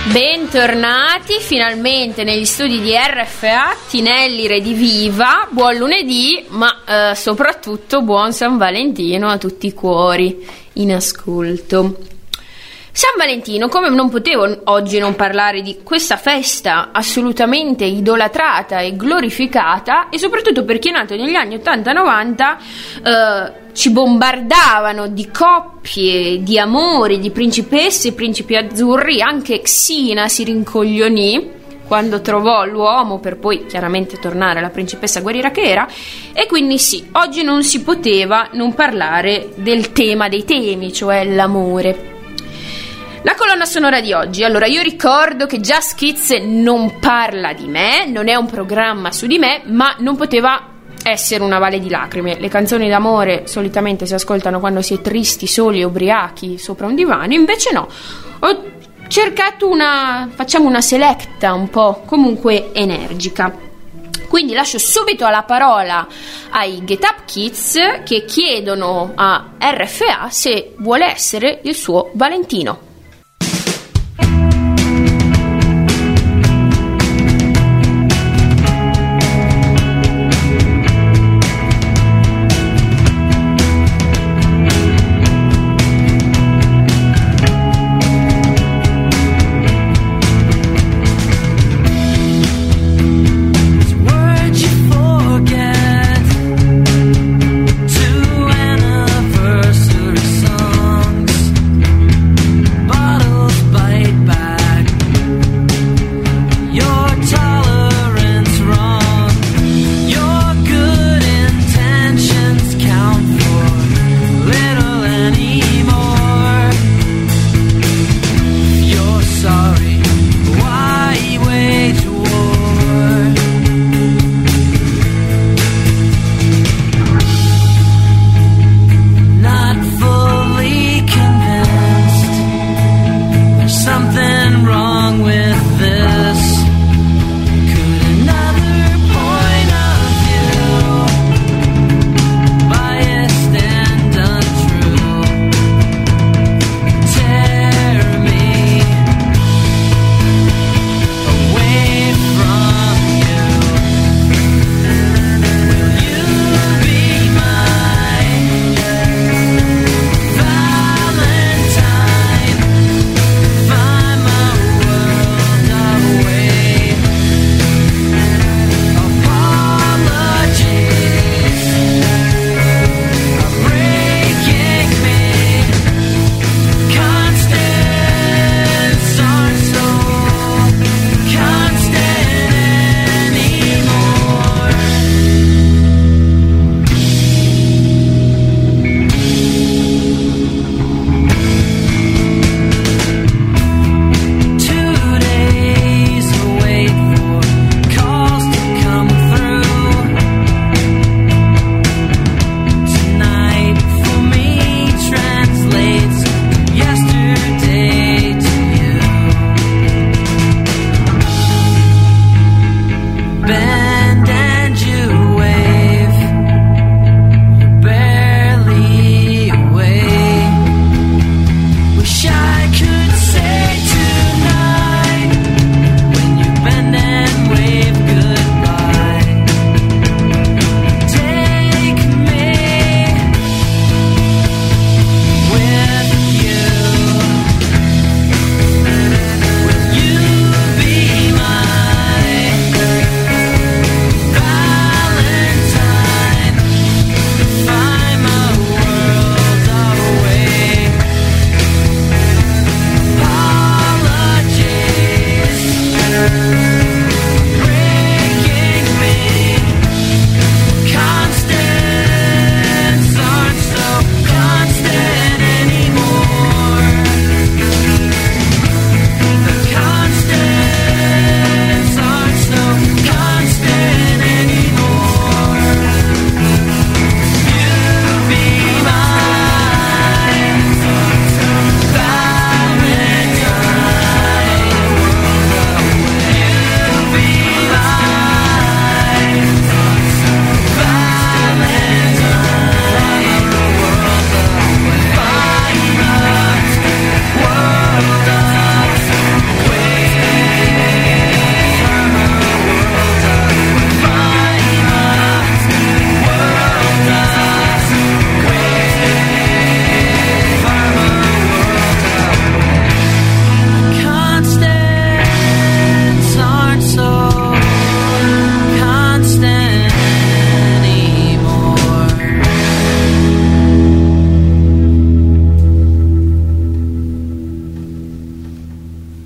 Bentornati finalmente negli studi di RFA, Tinelli rediviva, buon lunedì, ma soprattutto buon San Valentino a tutti i cuori in ascolto. San Valentino, come non potevo oggi non parlare di questa festa assolutamente idolatrata e glorificata, e soprattutto perché è nato negli anni 80-90, ci bombardavano di coppie, di amori, di principesse e principi azzurri. Anche Xina si rincoglionì quando trovò l'uomo, per poi chiaramente tornare alla principessa guerriera che era. E quindi sì, oggi non si poteva non parlare del tema dei temi, cioè l'amore. La colonna sonora di oggi, allora io ricordo che Just Kids non parla di me, non è un programma su di me, ma non poteva essere una valle di lacrime. Le canzoni d'amore solitamente si ascoltano quando si è tristi, soli, ubriachi sopra un divano, invece no, ho cercato facciamo una selecta un po' comunque energica. Quindi lascio subito la parola ai Get Up Kids, che chiedono a RFA se vuole essere il suo Valentino.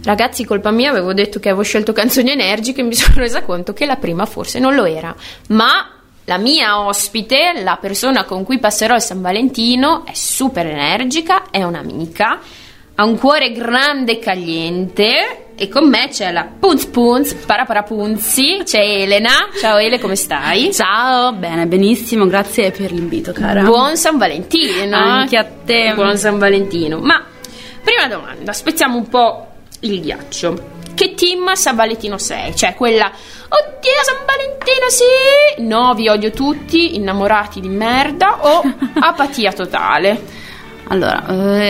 Ragazzi, colpa mia, avevo detto che avevo scelto canzoni energiche e mi sono resa conto che la prima forse non lo era. Ma la mia ospite, la persona con cui passerò il San Valentino, è super energica, è un'amica, ha un cuore grande e caliente e con me c'è la Punz Punz, Paraparapunzi, c'è Elena. Ciao Ele, come stai? Ciao, bene, benissimo, grazie per l'invito, cara. Buon San Valentino. Anche a te. Buon San Valentino. Ma prima domanda, spezziamo un po' il ghiaccio. Che team San Valentino sei? Cioè quella, oddio San Valentino sì, no vi odio tutti, innamorati di merda, o apatia totale? Allora,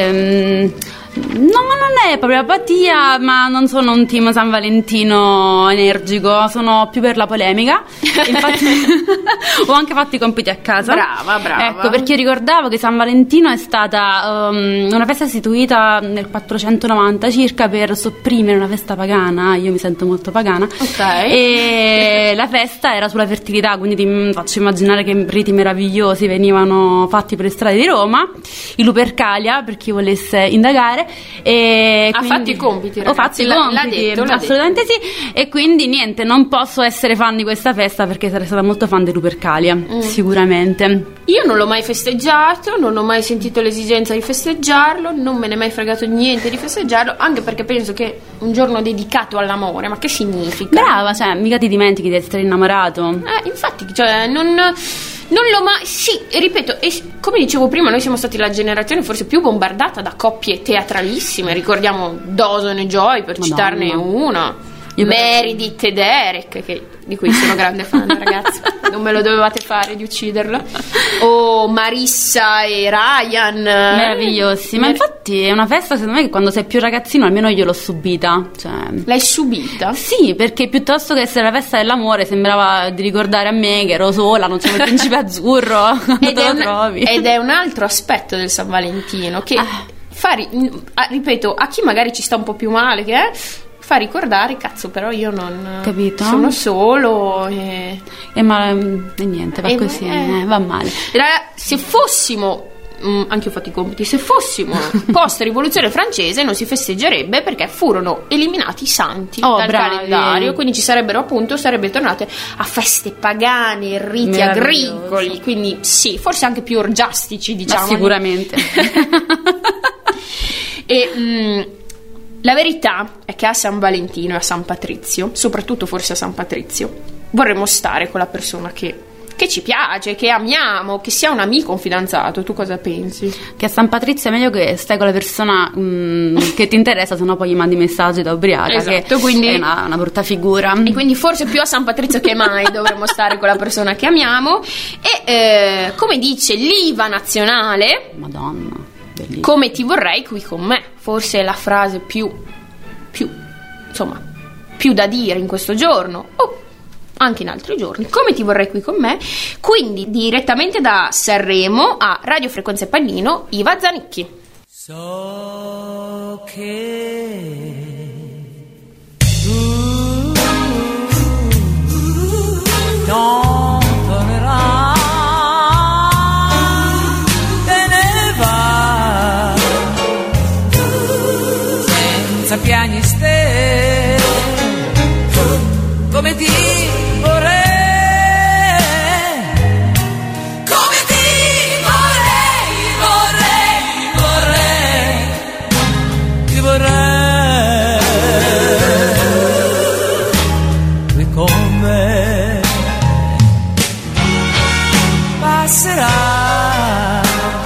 no, non è proprio apatia, ma non sono un team San Valentino energico, sono più per la polemica. Infatti ho anche fatto i compiti a casa. Brava. Ecco, perché io ricordavo che San Valentino è stata una festa istituita nel 490 circa per sopprimere una festa pagana. Io mi sento molto pagana. Ok. E la festa era sulla fertilità, quindi ti faccio immaginare che riti meravigliosi venivano fatti per le strade di Roma. I Lupercalia, per chi volesse indagare. E ha fatto i compiti, ragazzi. Ho fatto i compiti, l'ha assolutamente detto. sì. E quindi niente, non posso essere fan di questa festa perché sarei stata molto fan di Lupercalia, sicuramente. Io non l'ho mai festeggiato, non ho mai sentito l'esigenza di festeggiarlo, non me ne è mai fregato niente di festeggiarlo, anche perché penso che un giorno dedicato all'amore, ma che significa? Brava, cioè mica ti dimentichi di essere innamorato. Infatti, cioè non l'ho mai... Sì, ripeto, e come dicevo prima, noi siamo stati la generazione forse più bombardata da coppie teatralissime. Ricordiamo Dawson e Joy, per citarne una. Meredith e Derek, di cui sono grande fan, ragazzi. Non me lo dovevate fare di ucciderlo. O Marissa e Ryan, meravigliosi. Ma infatti è una festa, secondo me, che quando sei più ragazzino, almeno io l'ho subita, cioè... L'hai subita? Sì, perché piuttosto che essere la festa dell'amore sembrava di ricordare a me che ero sola, non c'era il principe azzurro. Ed è un altro aspetto del San Valentino che ripeto, a chi magari ci sta un po' più male, che fa ricordare, cazzo, però io non... Capito? Sono solo e niente, va così, va male. Se fossimo... anche io ho fatto i compiti. Se fossimo post rivoluzione francese non si festeggerebbe perché furono eliminati i santi dal calendario, quindi sarebbe tornate a feste pagane, riti agricoli, quindi sì, forse anche più orgiastici, diciamo. Ma sicuramente. E la verità è che a San Valentino e a San Patrizio, soprattutto forse a San Patrizio, vorremmo stare con la persona che ci piace, che amiamo, che sia un amico, un fidanzato. Tu cosa pensi? Che a San Patrizio è meglio che stai con la persona che ti interessa, sennò poi gli mandi messaggi da ubriaca, esatto, che quindi è una brutta figura. E quindi forse più a San Patrizio che mai dovremmo stare con la persona che amiamo. E come dice l'IVA nazionale, Madonna, bellissimo. Come ti vorrei qui con me. Forse è la frase più da dire in questo giorno, o anche in altri giorni. Come ti vorrei qui con me. Quindi direttamente da Sanremo a Radio Frequenza Pannino, Iva Zanicchi. So che non tornerà, te ne va senza piani e stelle, come ti vorrei, come ti vorrei, ti vorrei qui con me. Passerà,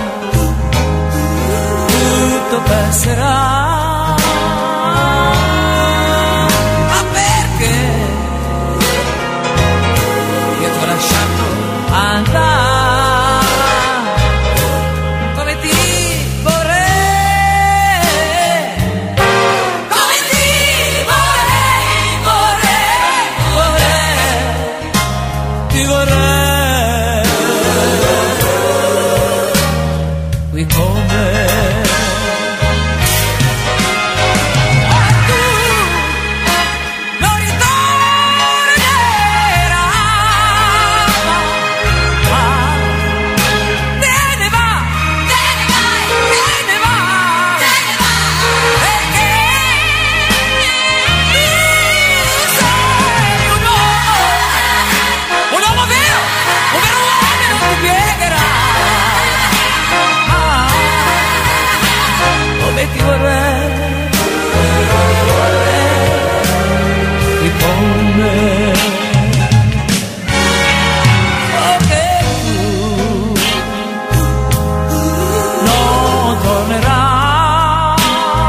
tutto passerà. me. Oh, che tu non tornerai,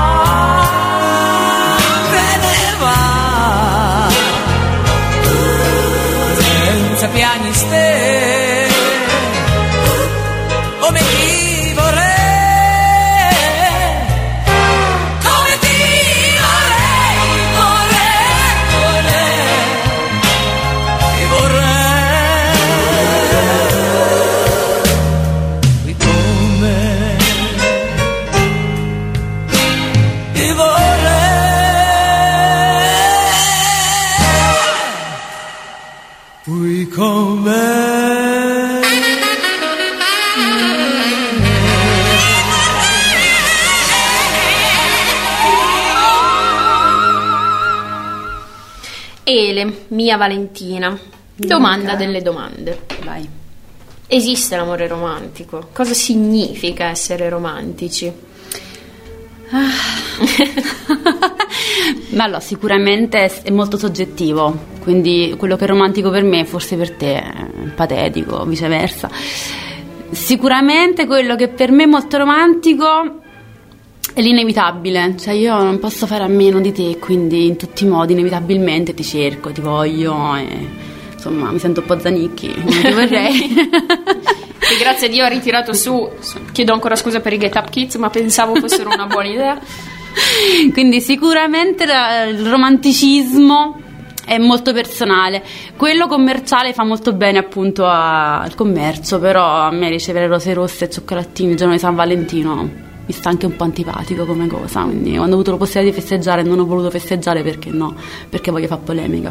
te ne vai senza piani ste. Come ti vorrei, come ti vorrei, ti vorrei, qui come ti vorrei, qui come. Ele, mia Valentina, domanda delle domande. Vai. Esiste l'amore romantico? Cosa significa essere romantici? Ma allora, sicuramente è molto soggettivo, quindi quello che è romantico per me forse per te è patetico, viceversa. Sicuramente quello che per me è molto romantico è l'inevitabile, cioè io non posso fare a meno di te, quindi in tutti i modi inevitabilmente ti cerco, ti voglio e insomma mi sento un po' Zanicchi, come ti vorrei. Che grazie a Dio ha ritirato su, chiedo ancora scusa per i Get Up Kids, ma pensavo fossero una buona idea. Quindi sicuramente il romanticismo è molto personale, quello commerciale fa molto bene appunto al commercio, però a me ricevere rose rosse e cioccolatini il giorno di San Valentino mi sta anche un po' antipatico come cosa, quindi quando ho avuto la possibilità di festeggiare non ho voluto festeggiare, perché no, perché voglio fare polemica.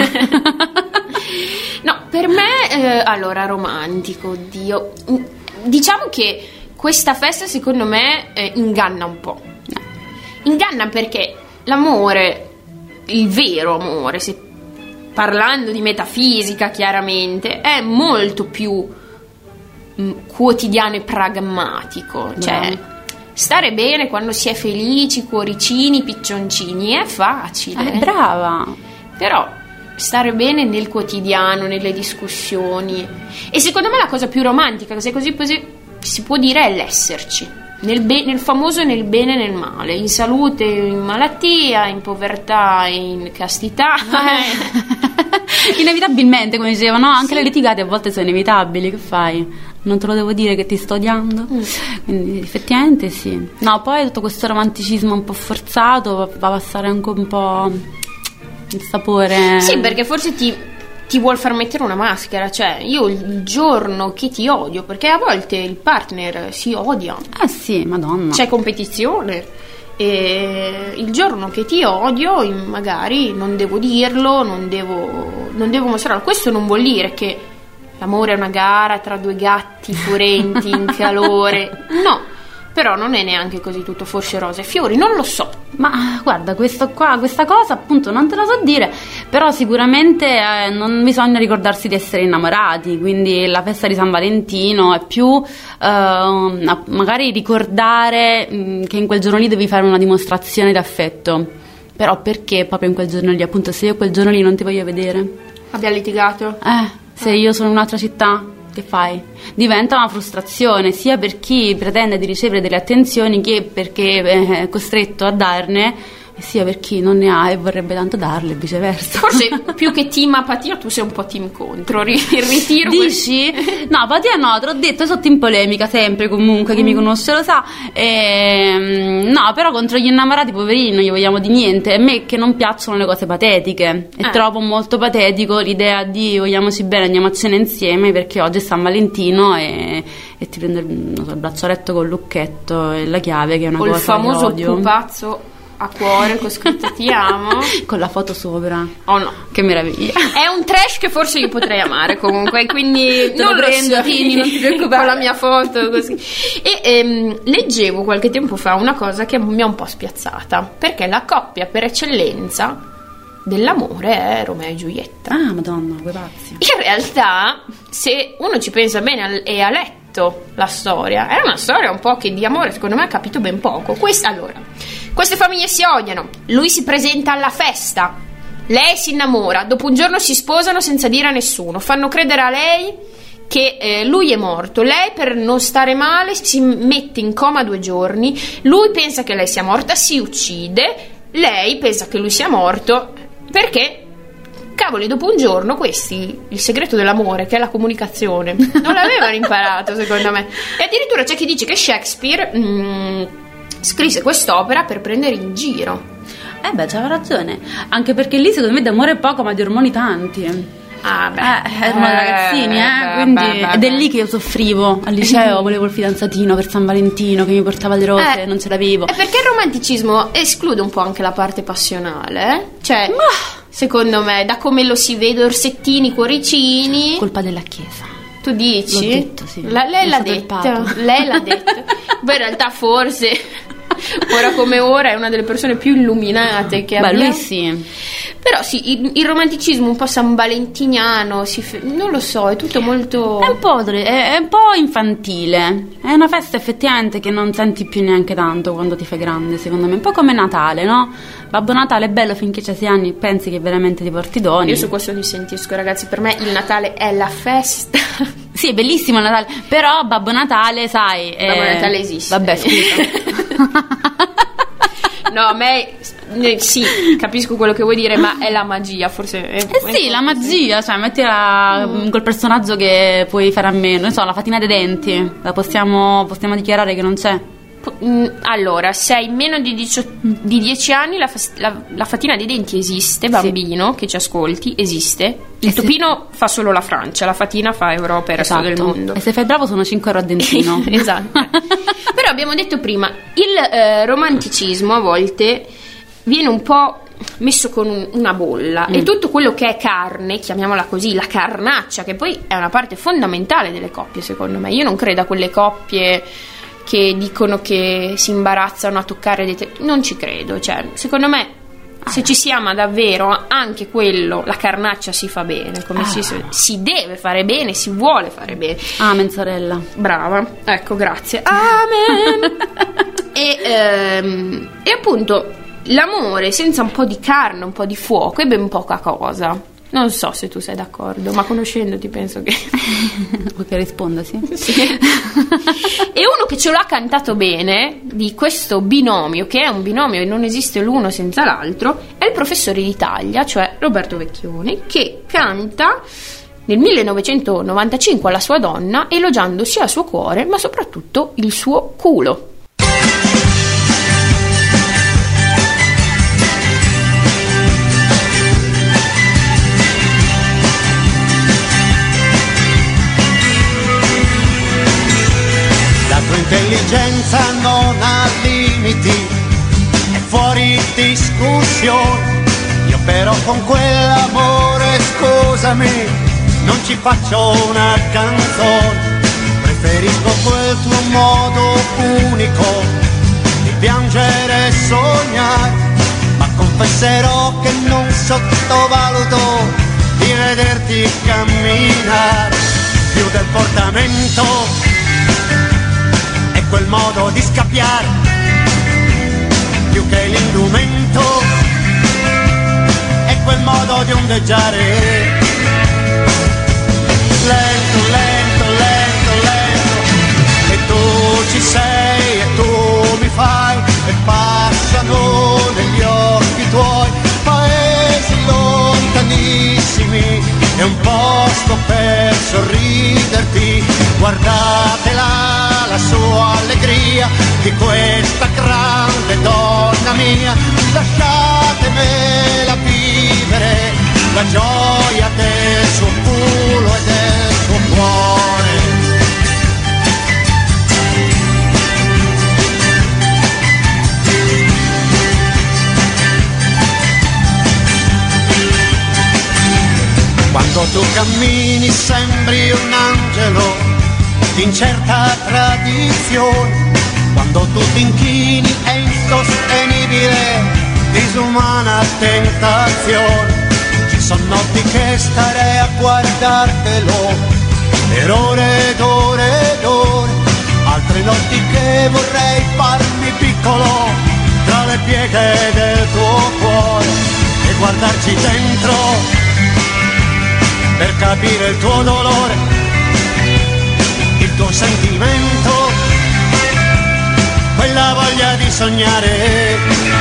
No, per me allora romantico, oddio, diciamo che questa festa secondo me inganna un po'. Inganna perché l'amore, il vero amore, se parlando di metafisica chiaramente, è molto più quotidiano e pragmatico, cioè stare bene quando si è felici, cuoricini, piccioncini è facile. Brava. Però stare bene nel quotidiano, nelle discussioni. E secondo me la cosa più romantica, se così si può dire, è l'esserci. Nel famoso nel bene e nel male, in salute, in malattia, in povertà, in castità. Inevitabilmente, come dicevano, anche sì. Le litigate a volte sono inevitabili, che fai? Non te lo devo dire che ti sto odiando? Quindi effettivamente sì. No, poi tutto questo romanticismo un po' forzato va a passare anche un po' il sapore. Sì, perché forse ti vuol far mettere una maschera, cioè io il giorno che ti odio, perché a volte il partner si odia. Sì, madonna. C'è competizione. E il giorno che ti odio magari non devo dirlo, non devo mostrarlo. Questo non vuol dire che l'amore è una gara tra due gatti furenti in calore, no, però non è neanche così tutto forse rose e fiori, non lo so. Ma guarda, questa cosa appunto non te la so dire, però sicuramente non bisogna ricordarsi di essere innamorati, quindi la festa di San Valentino è più magari ricordare che in quel giorno lì devi fare una dimostrazione d'affetto, però perché proprio in quel giorno lì, appunto, se io quel giorno lì non ti voglio vedere? Abbiamo litigato? Se io sono in un'altra città, che fai? Diventa una frustrazione sia per chi pretende di ricevere delle attenzioni che perché è costretto a darne, sia per chi non ne ha e vorrebbe tanto darle e viceversa. Forse più che team apatia tu sei un po' team contro, il ritiro. Dici? No, apatia no, te l'ho detto, sono team polemica sempre, comunque chi mi conosce lo sa. No, però contro gli innamorati poverini non gli vogliamo di niente. A me che non piacciono le cose patetiche e trovo molto patetico l'idea di vogliamoci bene, andiamo a cena insieme perché oggi è San Valentino e ti prendo il braccialetto col lucchetto e la chiave, che è una cosa il famoso che odio. pupazzo a cuore con scritto ti amo con la foto sopra. Oh no, che meraviglia. È un trash che forse io potrei amare comunque, quindi te lo prendo, Tini, non ti preoccupare, con la mia foto così. E leggevo qualche tempo fa una cosa che mi ha un po' spiazzata, perché la coppia per eccellenza dell'amore è Romeo e Giulietta. Ah, madonna, quei pazzi. In realtà, se uno ci pensa bene e ha letto la storia, è una storia un po' che di amore secondo me ha capito ben poco. Queste famiglie si odiano, lui si presenta alla festa Lei si innamora, dopo un giorno si sposano senza dire a nessuno, fanno credere a lei che lui è morto. Lei, per non stare male, si mette in coma 2 giorni. Lui pensa che lei sia morta, si uccide. Lei pensa che lui sia morto perché, cavoli, dopo un giorno questi, il segreto dell'amore, che è la comunicazione, non l'avevano imparato, secondo me. E addirittura c'è chi dice che Shakespeare scrisse quest'opera per prendere in giro. C'aveva ragione, anche perché lì secondo me d'amore è poco, ma di ormoni tanti. Erano ragazzini, quindi ed è lì che io soffrivo al liceo, volevo il fidanzatino per San Valentino che mi portava le rose, non ce l'avevo. Perché il romanticismo esclude un po' anche la parte passionale, cioè secondo me, da come lo si vede, orsettini, cuoricini. Colpa della Chiesa. Tu dici? L'ho detto, sì. Lei l'ha detto. Lei l'ha detto. Beh, in realtà forse ora come ora è una delle persone più illuminate che abbiamo. Lui sì. Però sì, il romanticismo un po' sanvalentiniano, non lo so, è tutto molto... È un po' infantile. È una festa effettivamente che non senti più neanche tanto quando ti fai grande, secondo me. Un po' come Natale, no? Babbo Natale è bello finché c'hai 6 anni, pensi che veramente ti porti doni. Io su questo dissentisco, ragazzi, per me il Natale è la festa. Sì, è bellissimo il Natale, però Babbo Natale, sai... Babbo Natale esiste. Vabbè, scusa. No, a me sì, capisco quello che vuoi dire, ma è la magia, forse. Sì, la magia, cioè mettila col personaggio che puoi fare a meno, non so, la fatina dei denti, la possiamo dichiarare che non c'è. Allora, se hai meno di 10 anni la fatina dei denti esiste, bambino, sì, che ci ascolti, esiste. Il topino fa solo la Francia, la fatina fa Europa e il resto del mondo. E se fai bravo sono 5 euro a dentino. Esatto. Però abbiamo detto prima, il romanticismo a volte viene un po' messo con una bolla e tutto quello che è carne, chiamiamola così, la carnaccia, che poi è una parte fondamentale delle coppie, secondo me. Io non credo a quelle coppie che dicono che si imbarazzano a toccare non ci credo, cioè secondo me se ci si ama davvero anche quello, la carnaccia si fa bene, come si deve fare bene, si vuole fare bene. Amen, sorella. Brava, ecco, grazie. Amen. E appunto l'amore senza un po' di carne, un po' di fuoco è ben poca cosa. Non so se tu sei d'accordo, ma conoscendoti penso che... Vuoi che risponda, sì? Sì. E uno che ce l'ha cantato bene di questo binomio, che è un binomio e non esiste l'uno senza l'altro, è il professore d'Italia, cioè Roberto Vecchioni, che canta nel 1995 alla sua donna, elogiando sia il suo cuore, ma soprattutto il suo culo. L'intelligenza non ha limiti, è fuori discussione. Io però con quell'amore, scusami, non ci faccio una canzone. Preferisco quel tuo modo unico di piangere e sognare, ma confesserò che non sottovaluto di vederti camminare. Più del portamento quel modo di scappiare, più che l'indumento, è quel modo di ondeggiare. Lento, lento, lento, lento, e tu ci sei e tu mi fai, e passano negli occhi tuoi paesi lontanissimi, è un posto per sorriderti. Guardatela la sua allegria di questa grande donna mia, lasciatemela vivere la gioia del suo culo e del suo cuore. Quando tu cammini sembri un angelo d'incerta tradizione, quando tu ti inchini è insostenibile, disumana tentazione. Ci sono notti che starei a guardartelo per ore ed ore ed ore, altre notti che vorrei farmi piccolo tra le pieghe del tuo cuore e guardarci dentro per capire il tuo dolore, il tuo sentimento, quella voglia di sognare.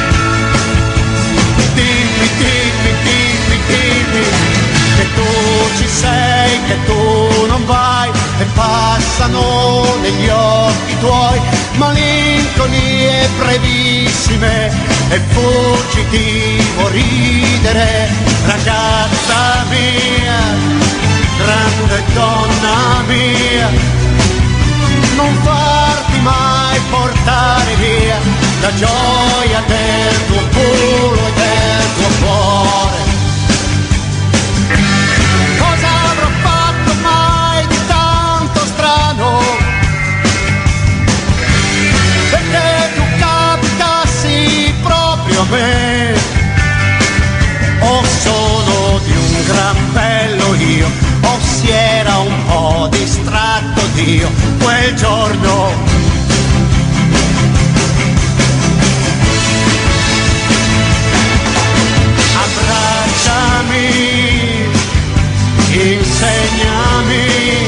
Dimmi, dimmi, dimmi, dimmi che tu ci sei, che tu non vai, e passano negli occhi tuoi malinconie brevissime e fuggitivo ridere. Ragazza mia, grande donna mia, non farti mai portare via la gioia del tuo culo e del tuo cuore. Cosa avrò fatto mai di tanto strano perché tu capitassi proprio a me? O sono di un gran bello io, o si era un po' distratto Dio quel giorno. Abbracciami, insegnami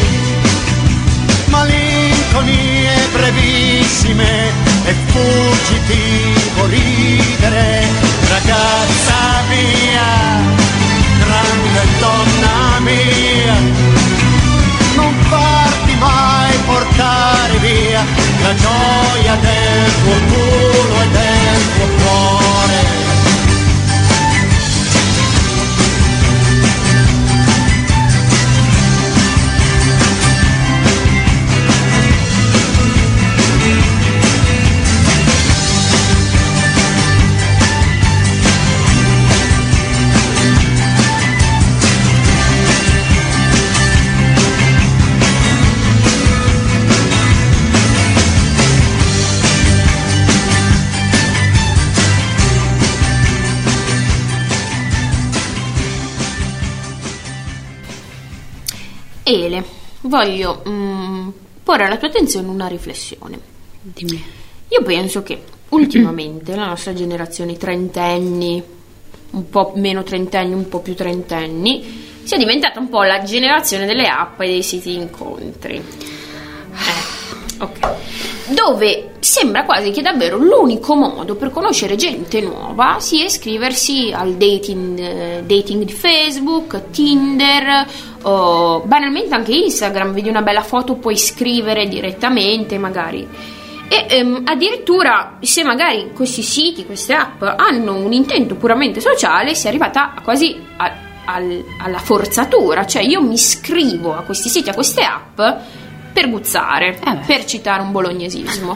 malinconie brevissime e fuggitivo ridere. Ragazza mia, grande donna mia, non farti mai portare via la gioia del tuo culo e del tuo cuore. Ele, voglio porre alla tua attenzione una riflessione. Dimmi. Io penso che ultimamente la nostra generazione trentenni, un po' meno trentenni, un po' più trentenni, sia diventata un po' la generazione delle app e dei siti incontri. Ok. Dove sembra quasi che davvero l'unico modo per conoscere gente nuova sia iscriversi al dating di Facebook, Tinder o banalmente anche Instagram. Vedi una bella foto, puoi scrivere direttamente magari. E addirittura se magari questi siti, queste app hanno un intento puramente sociale, si è arrivata quasi alla forzatura. Cioè io mi iscrivo a questi siti, a queste app per guzzare, per citare un bolognesismo.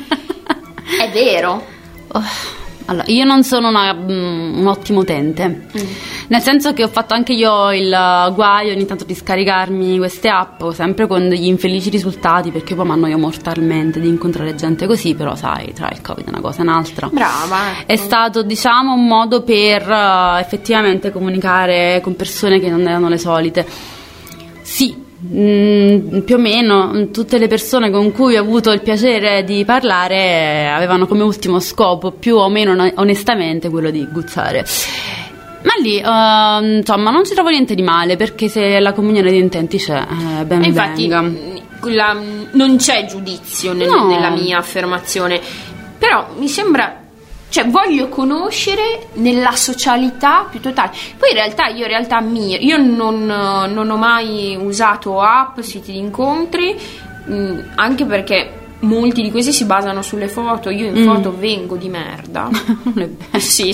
È vero. Allora, io non sono un ottimo utente, nel senso che ho fatto anche io il guaio ogni tanto di scaricarmi queste app, sempre con degli infelici risultati, perché poi mi annoio mortalmente di incontrare gente così. Però sai, tra il Covid una cosa e un'altra. Brava, ecco. È stato, diciamo, un modo per effettivamente comunicare con persone che non erano le solite. Sì, più o meno tutte le persone con cui ho avuto il piacere di parlare avevano come ultimo scopo, più o meno onestamente, quello di guzzare. Ma lì insomma non ci trovo niente di male, perché se la comunione di intenti c'è, ben infatti, venga. Non c'è giudizio nella mia affermazione, però mi sembra, cioè voglio conoscere nella socialità più totale. Poi io non ho mai usato app, siti di incontri, anche perché molti di questi si basano sulle foto. Io in foto vengo di merda. Sì.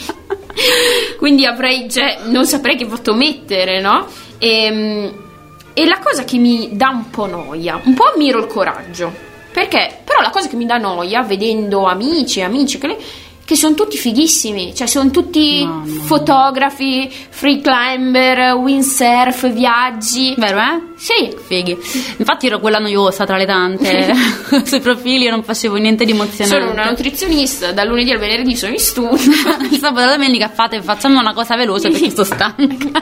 Quindi non saprei che foto mettere, no? E la cosa che mi dà un po' noia, un po' ammiro il coraggio, perché però la cosa che mi dà noia vedendo amici che sono tutti fighissimi, cioè sono tutti fotografi, free climber, windsurf, viaggi. Vero, Sì. Fighi. Infatti ero quella noiosa tra le tante. Sui profili io non facevo niente di emozionante. Sono una nutrizionista, dal lunedì al venerdì sono in studio. Il sabato e la domenica facciamo una cosa veloce perché sto stanca.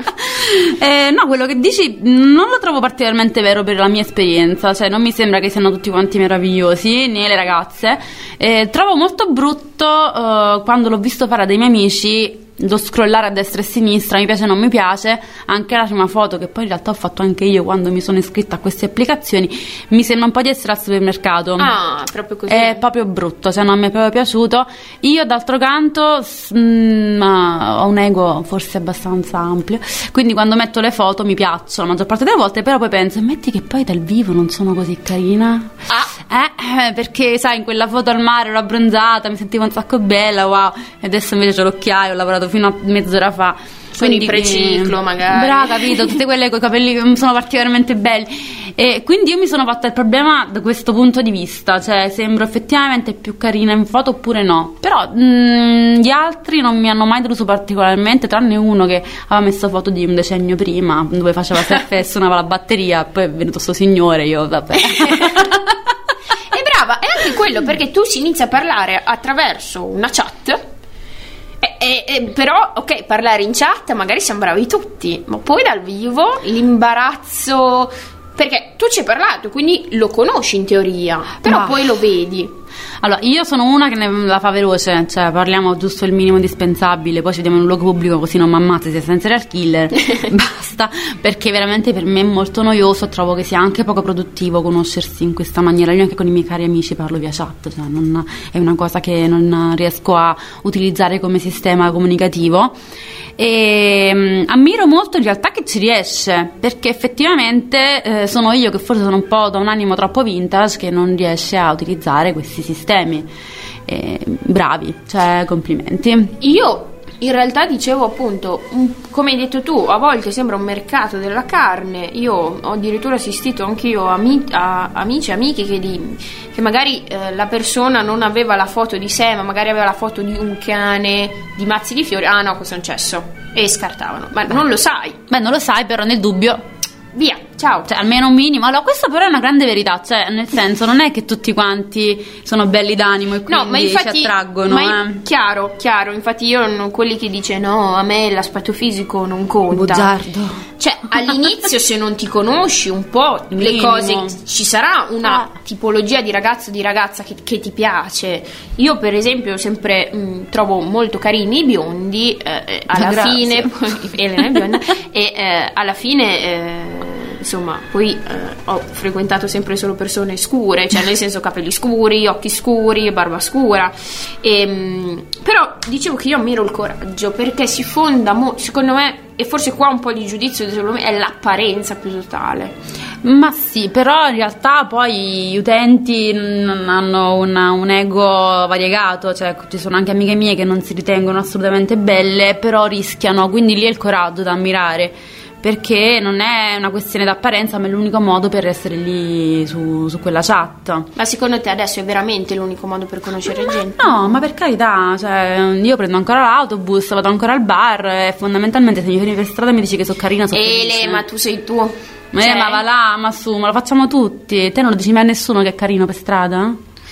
No, quello che dici non lo trovo particolarmente vero per la mia esperienza. Cioè non mi sembra che siano tutti quanti meravigliosi, né le ragazze. Trovo molto brutto quando l'ho visto fare a dei miei amici lo scrollare a destra e a sinistra, mi piace o non mi piace. Anche la prima foto, che poi in realtà ho fatto anche io quando mi sono iscritta a queste applicazioni, mi sembra un po' di essere al supermercato. Proprio così. È proprio brutto, cioè non mi è proprio piaciuto. Io d'altro canto ho un ego forse abbastanza ampio, quindi quando metto le foto mi piacciono la maggior parte delle volte, però poi penso, metti che poi dal vivo non sono così carina. Perché sai, in quella foto al mare ero abbronzata, mi sentivo un sacco bella, wow, e adesso invece c'ho l'occhiaio, ho lavorato fino a mezz'ora fa. Quindi preciclo magari. Brava, capito, tutte quelle con i capelli che sono particolarmente belli. E quindi io mi sono fatta il problema da questo punto di vista, cioè sembro effettivamente più carina in foto oppure no. Però gli altri non mi hanno mai deluso particolarmente, tranne uno che aveva messo foto di un decennio prima, dove faceva surf e suonava la batteria, poi è venuto sto signore, io vabbè. È brava, è anche quello, perché tu si inizia a parlare attraverso una chat. Però ok, parlare in chat magari siamo bravi tutti, ma poi dal vivo l'imbarazzo, perché tu ci hai parlato, quindi lo conosci in teoria, però poi lo vedi. Allora, io sono una che la fa veloce, cioè parliamo giusto il minimo indispensabile, poi ci vediamo in un luogo pubblico così non mi ammazzi se sei un serial killer. Basta, perché veramente per me è molto noioso, trovo che sia anche poco produttivo conoscersi in questa maniera. Io anche con i miei cari amici parlo via chat, cioè è una cosa che non riesco a utilizzare come sistema comunicativo. E ammiro molto in realtà che ci riesce, perché effettivamente sono io che forse sono un po' da un animo troppo vintage che non riesce a utilizzare questi sistemi. Bravi, cioè complimenti. Io in realtà dicevo appunto, come hai detto tu, a volte sembra un mercato della carne. Io ho addirittura assistito anch'io a amici e amiche che magari la persona non aveva la foto di sé, ma magari aveva la foto di un cane, di mazzi di fiori. Ah no, questo è un cesso, e scartavano. Ma non lo sai. Beh, non lo sai, però nel dubbio via, ciao. Cioè almeno un minimo. Allora questa però è una grande verità, cioè nel senso non è che tutti quanti sono belli d'animo e quindi no, ma infatti, ci attraggono. Ma chiaro, infatti io quelli che dice no, a me l'aspetto fisico non conta. Bugiardo. Cioè all'inizio se non ti conosci un po' le cose, ci sarà una tipologia di ragazzo di ragazza che ti piace. Io per esempio sempre trovo molto carini i biondi, alla fine Elena è bionda, e alla fine insomma poi ho frequentato sempre solo persone scure, cioè nel senso capelli scuri, occhi scuri, barba scura, però dicevo che io ammiro il coraggio, perché si fonda secondo me, e forse qua un po' di giudizio secondo me, è l'apparenza più totale. Ma sì, però in realtà poi gli utenti non hanno un ego variegato, cioè ci sono anche amiche mie che non si ritengono assolutamente belle, però rischiano, quindi lì è il coraggio da ammirare, perché non è una questione d'apparenza, ma è l'unico modo per essere lì su quella chat. Ma secondo te adesso è veramente l'unico modo per conoscere gente? No, ma per carità, cioè io prendo ancora l'autobus, vado ancora al bar e fondamentalmente se mi fermi per strada e mi dici che sono carina, sono felice. Ma tu sei tu. Ma va là, ma su, ma lo facciamo tutti. Te non lo dici mai a nessuno che è carino per strada?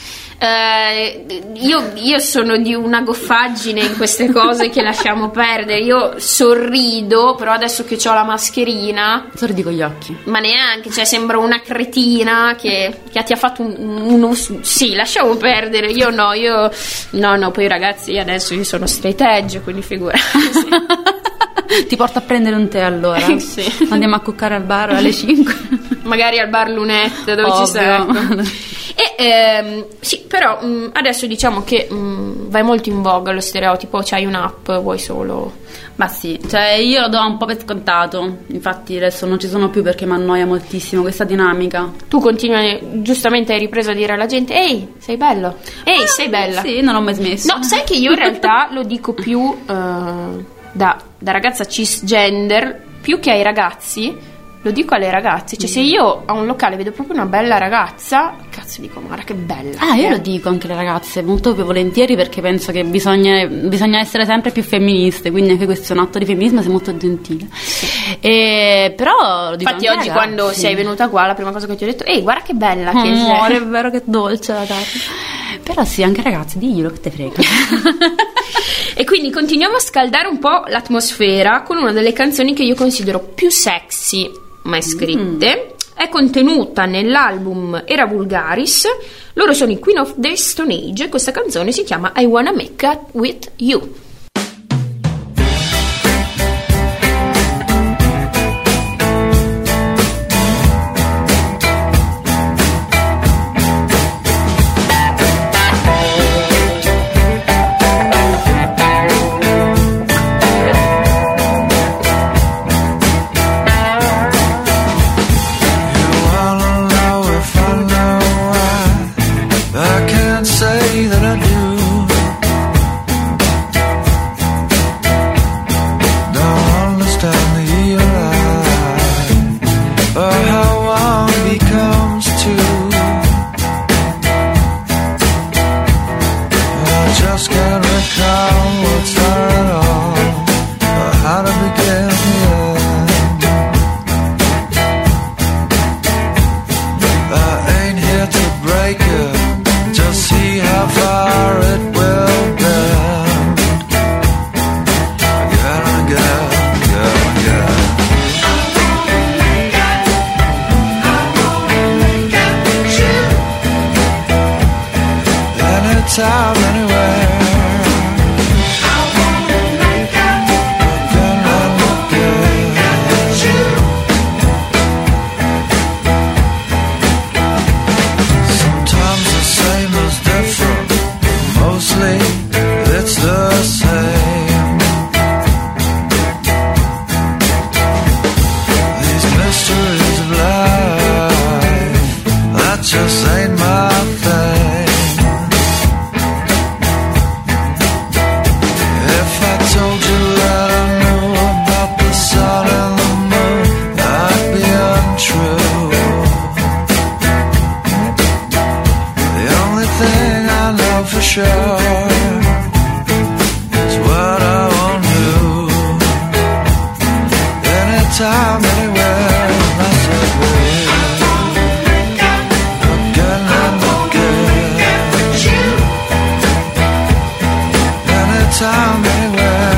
Io sono di una goffaggine in queste cose che lasciamo perdere. Io sorrido, però adesso che ho la mascherina sorridi con gli occhi, ma neanche, cioè sembra una cretina che ti ha fatto uno sì, lasciamo perdere. Io no, poi ragazzi adesso io sono straight edge, quindi figurati. Ti porto a prendere un tè allora. Sì. Andiamo a cuccare al bar alle 5. Magari al bar Lunette dove ci sei. Sì, però adesso diciamo che vai molto in voga lo stereotipo, c'hai un'app, vuoi solo. Ma sì, cioè io lo do un po' per scontato. Infatti adesso non ci sono più perché mi annoia moltissimo questa dinamica. Tu continui, giustamente hai ripreso a dire alla gente: ehi, sei bello, ehi, sei bella. Sì, non ho mai smesso. No, sai che io in realtà lo dico più da ragazza cisgender, più che ai ragazzi. Lo dico alle ragazze, cioè se io a un locale vedo proprio una bella ragazza, cazzo dico, guarda che bella. Io lo dico anche alle ragazze, molto più volentieri, perché penso che bisogna essere sempre più femministe, quindi anche questo è un atto di femminismo, sei molto gentile. Sì. Però lo dico. Infatti oggi quando sei venuta qua la prima cosa che ti ho detto: ehi, guarda che bella che amore, sei. È vero che dolce la carne. Però sì, anche ragazzi, diglielo che te frega. E quindi continuiamo a scaldare un po' l'atmosfera con una delle canzoni che io considero più sexy mai scritte. È contenuta nell'album Era Vulgaris. Loro sono i Queen of the Stone Age. Questa canzone si chiama I Wanna Make Up With You. Anytime, anywhere, I said, well, look good. Anytime, anywhere.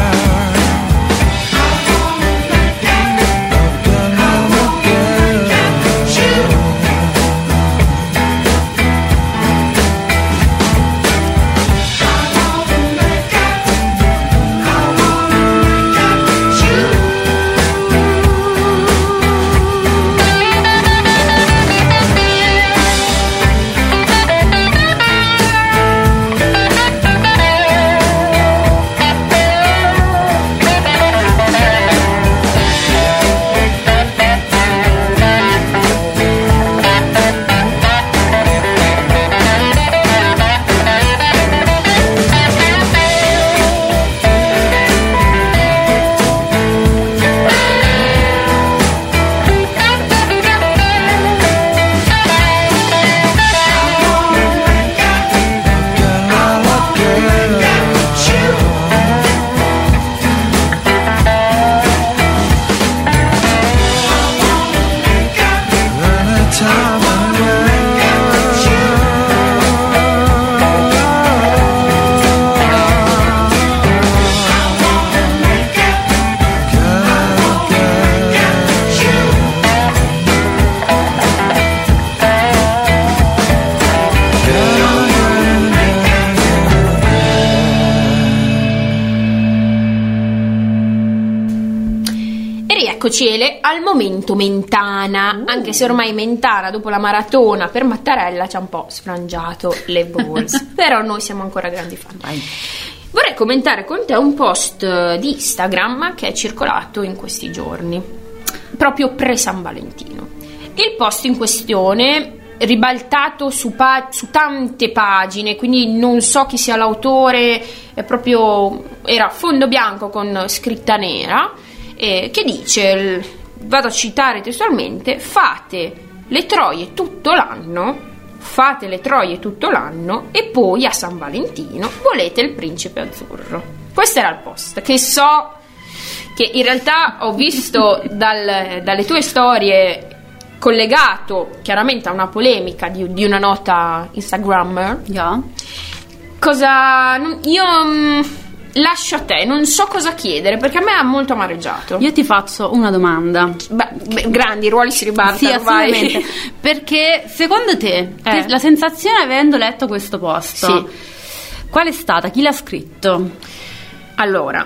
Ele al momento Mentana, anche se ormai Mentana dopo la maratona per Mattarella ci ha un po' sfrangiato le balls, però noi siamo ancora grandi fan. Vorrei commentare con te un post di Instagram che è circolato in questi giorni, proprio pre San Valentino. Il post in questione, ribaltato su tante pagine, quindi non so chi sia l'autore, era a fondo bianco con scritta nera, che dice, vado a citare testualmente: fate le troie tutto l'anno e poi a San Valentino volete il principe azzurro. Questo era il post, che so che in realtà ho visto dalle tue storie, collegato chiaramente a una polemica di una nota Instagrammer. Yeah. Io lascio a te, non so cosa chiedere perché a me ha molto amareggiato. Io ti faccio una domanda. Grandi, i ruoli si ribaltano. Sì, assolutamente. Perché secondo te, la sensazione avendo letto questo post, sì, qual è stata? Chi l'ha scritto? Allora,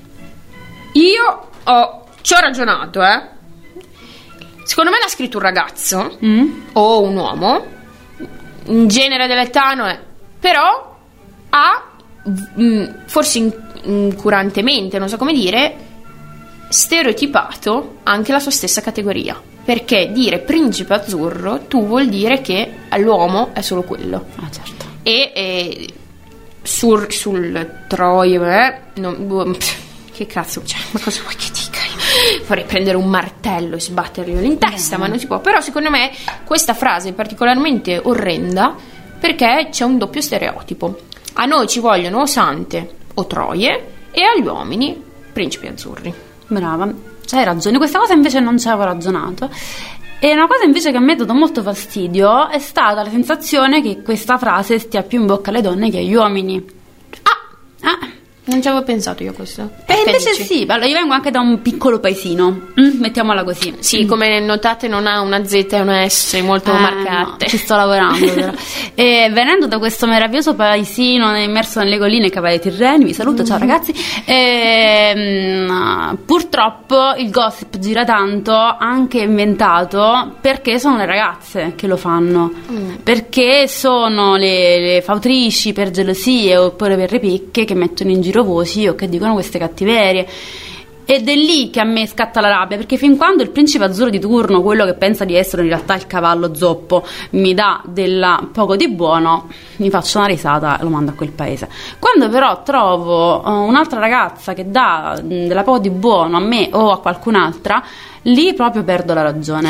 io ci ho ragionato, Secondo me l'ha scritto un ragazzo o un uomo, in genere dell'età, però ha forse incurantemente, non so come dire, stereotipato anche la sua stessa categoria, perché dire principe azzurro tu vuol dire che all'uomo è solo quello. Certo. E sul Troie che cazzo, cioè, ma cosa vuoi che dica? Vorrei prendere un martello e sbatterglielo in testa, ma non si può. Però secondo me questa frase è particolarmente orrenda perché c'è un doppio stereotipo. A noi ci vogliono o sante o troie e agli uomini principi azzurri. Brava, c'hai ragione. Questa cosa invece non ci avevo ragionato. E una cosa invece che a me ha dato molto fastidio è stata la sensazione che questa frase stia più in bocca alle donne che agli uomini. Non ci avevo pensato io a questo. E invece sì, allora io vengo anche da un piccolo paesino, mettiamola così. Sì, come notate non ha una Z e una S molto marcate. No, ci sto lavorando però. E venendo da questo meraviglioso paesino immerso nelle colline e Cavalli Tirreni, vi saluto, ciao ragazzi. Purtroppo il gossip gira tanto, anche inventato, perché sono le ragazze che lo fanno, perché sono le fautrici per gelosie oppure per ripicche che mettono in giro voci o che dicono queste cattiverie. Ed è lì che a me scatta la rabbia, perché fin quando il principe azzurro di turno, quello che pensa di essere in realtà il cavallo zoppo, mi dà della poco di buono, mi faccio una risata e lo mando a quel paese. Quando però trovo un'altra ragazza che dà della poco di buono a me o a qualcun'altra, lì proprio perdo la ragione.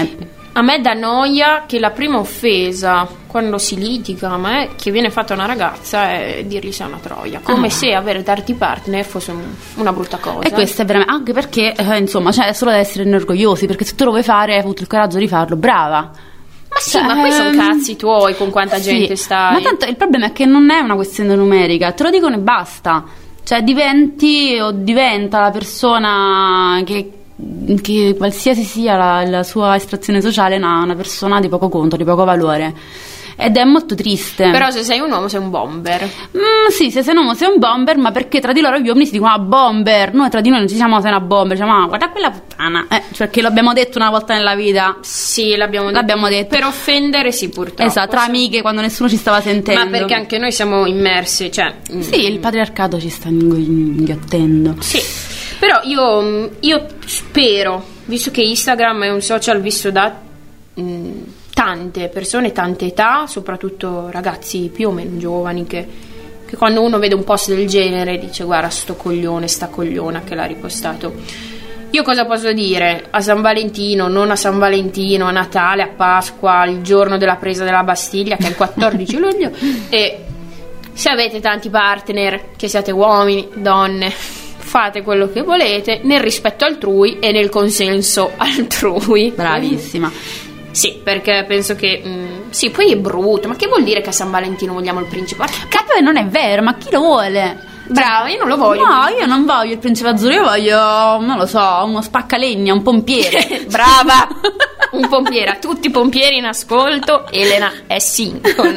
A me dà noia che la prima offesa quando si litiga, a me, che viene fatta a una ragazza, è dirgli sei una troia, come se avere tanti partner fosse una brutta cosa. E questo è veramente, anche perché insomma, cioè, è solo da essere orgogliosi, perché se tu lo vuoi fare, hai avuto il coraggio di farlo, brava. Ma sì, ma poi sono cazzi tuoi con quanta sì, gente stai. Ma tanto il problema è che non è una questione numerica, te lo dicono e basta. Cioè diventi o diventa la persona che qualsiasi sia la sua estrazione sociale, una persona di poco conto, di poco valore. Ed è molto triste. Però se sei un uomo sei un bomber. Sì, se sei un uomo sei un bomber, ma perché tra di loro gli uomini si dicono bomber. Noi tra di noi non ci siamo sei una bomber, diciamo guarda quella puttana. Cioè che l'abbiamo detto una volta nella vita. Sì, l'abbiamo detto. Per offendere sì, purtroppo. Esatto, tra amiche quando nessuno ci stava sentendo. Ma perché anche noi siamo immersi, cioè. Sì, il patriarcato ci sta inghiottendo. Sì. Però io spero, visto che Instagram è un social visto da tante persone, tante età, soprattutto ragazzi più o meno giovani, che quando uno vede un post del genere dice guarda sto coglione, sta cogliona che l'ha ripostato. Io cosa posso dire? A San Valentino, non a San Valentino, a Natale, a Pasqua, il giorno della presa della Bastiglia, che è il 14 luglio, e se avete tanti partner, che siate uomini, donne, fate quello che volete nel rispetto altrui e nel consenso altrui. Bravissima. Sì, perché penso che sì, poi è brutto, ma che vuol dire che a San Valentino vogliamo il principe? Che poi non è vero, ma chi lo vuole? Brava, io non lo voglio. No, io non voglio il principe azzurro, io voglio, non lo so, uno spaccalegna, un pompiere. Brava, un pompiere, a tutti i pompieri in ascolto, Elena è single.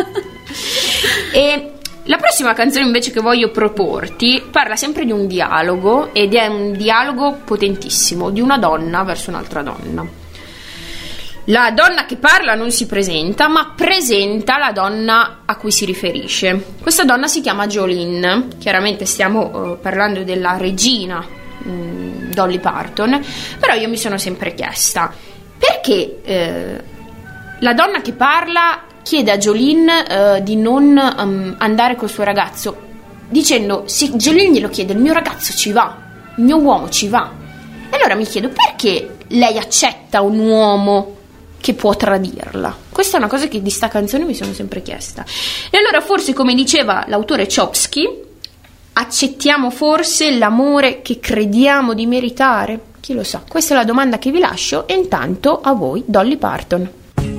E la prossima canzone invece che voglio proporti parla sempre di un dialogo, ed è un dialogo potentissimo di una donna verso un'altra donna. La donna che parla non si presenta, ma presenta la donna a cui si riferisce. Questa donna si chiama Jolene, chiaramente stiamo parlando della regina Dolly Parton, però io mi sono sempre chiesta perché la donna che parla chiede a Jolene di non andare col suo ragazzo, dicendo se Jolene glielo chiede il mio ragazzo ci va, il mio uomo ci va. E allora mi chiedo perché lei accetta un uomo che può tradirla. Questa è una cosa che di sta canzone mi sono sempre chiesta. E allora forse, come diceva l'autore Chomsky, accettiamo forse l'amore che crediamo di meritare? Chi lo sa? Questa è la domanda che vi lascio, e intanto a voi Dolly Parton.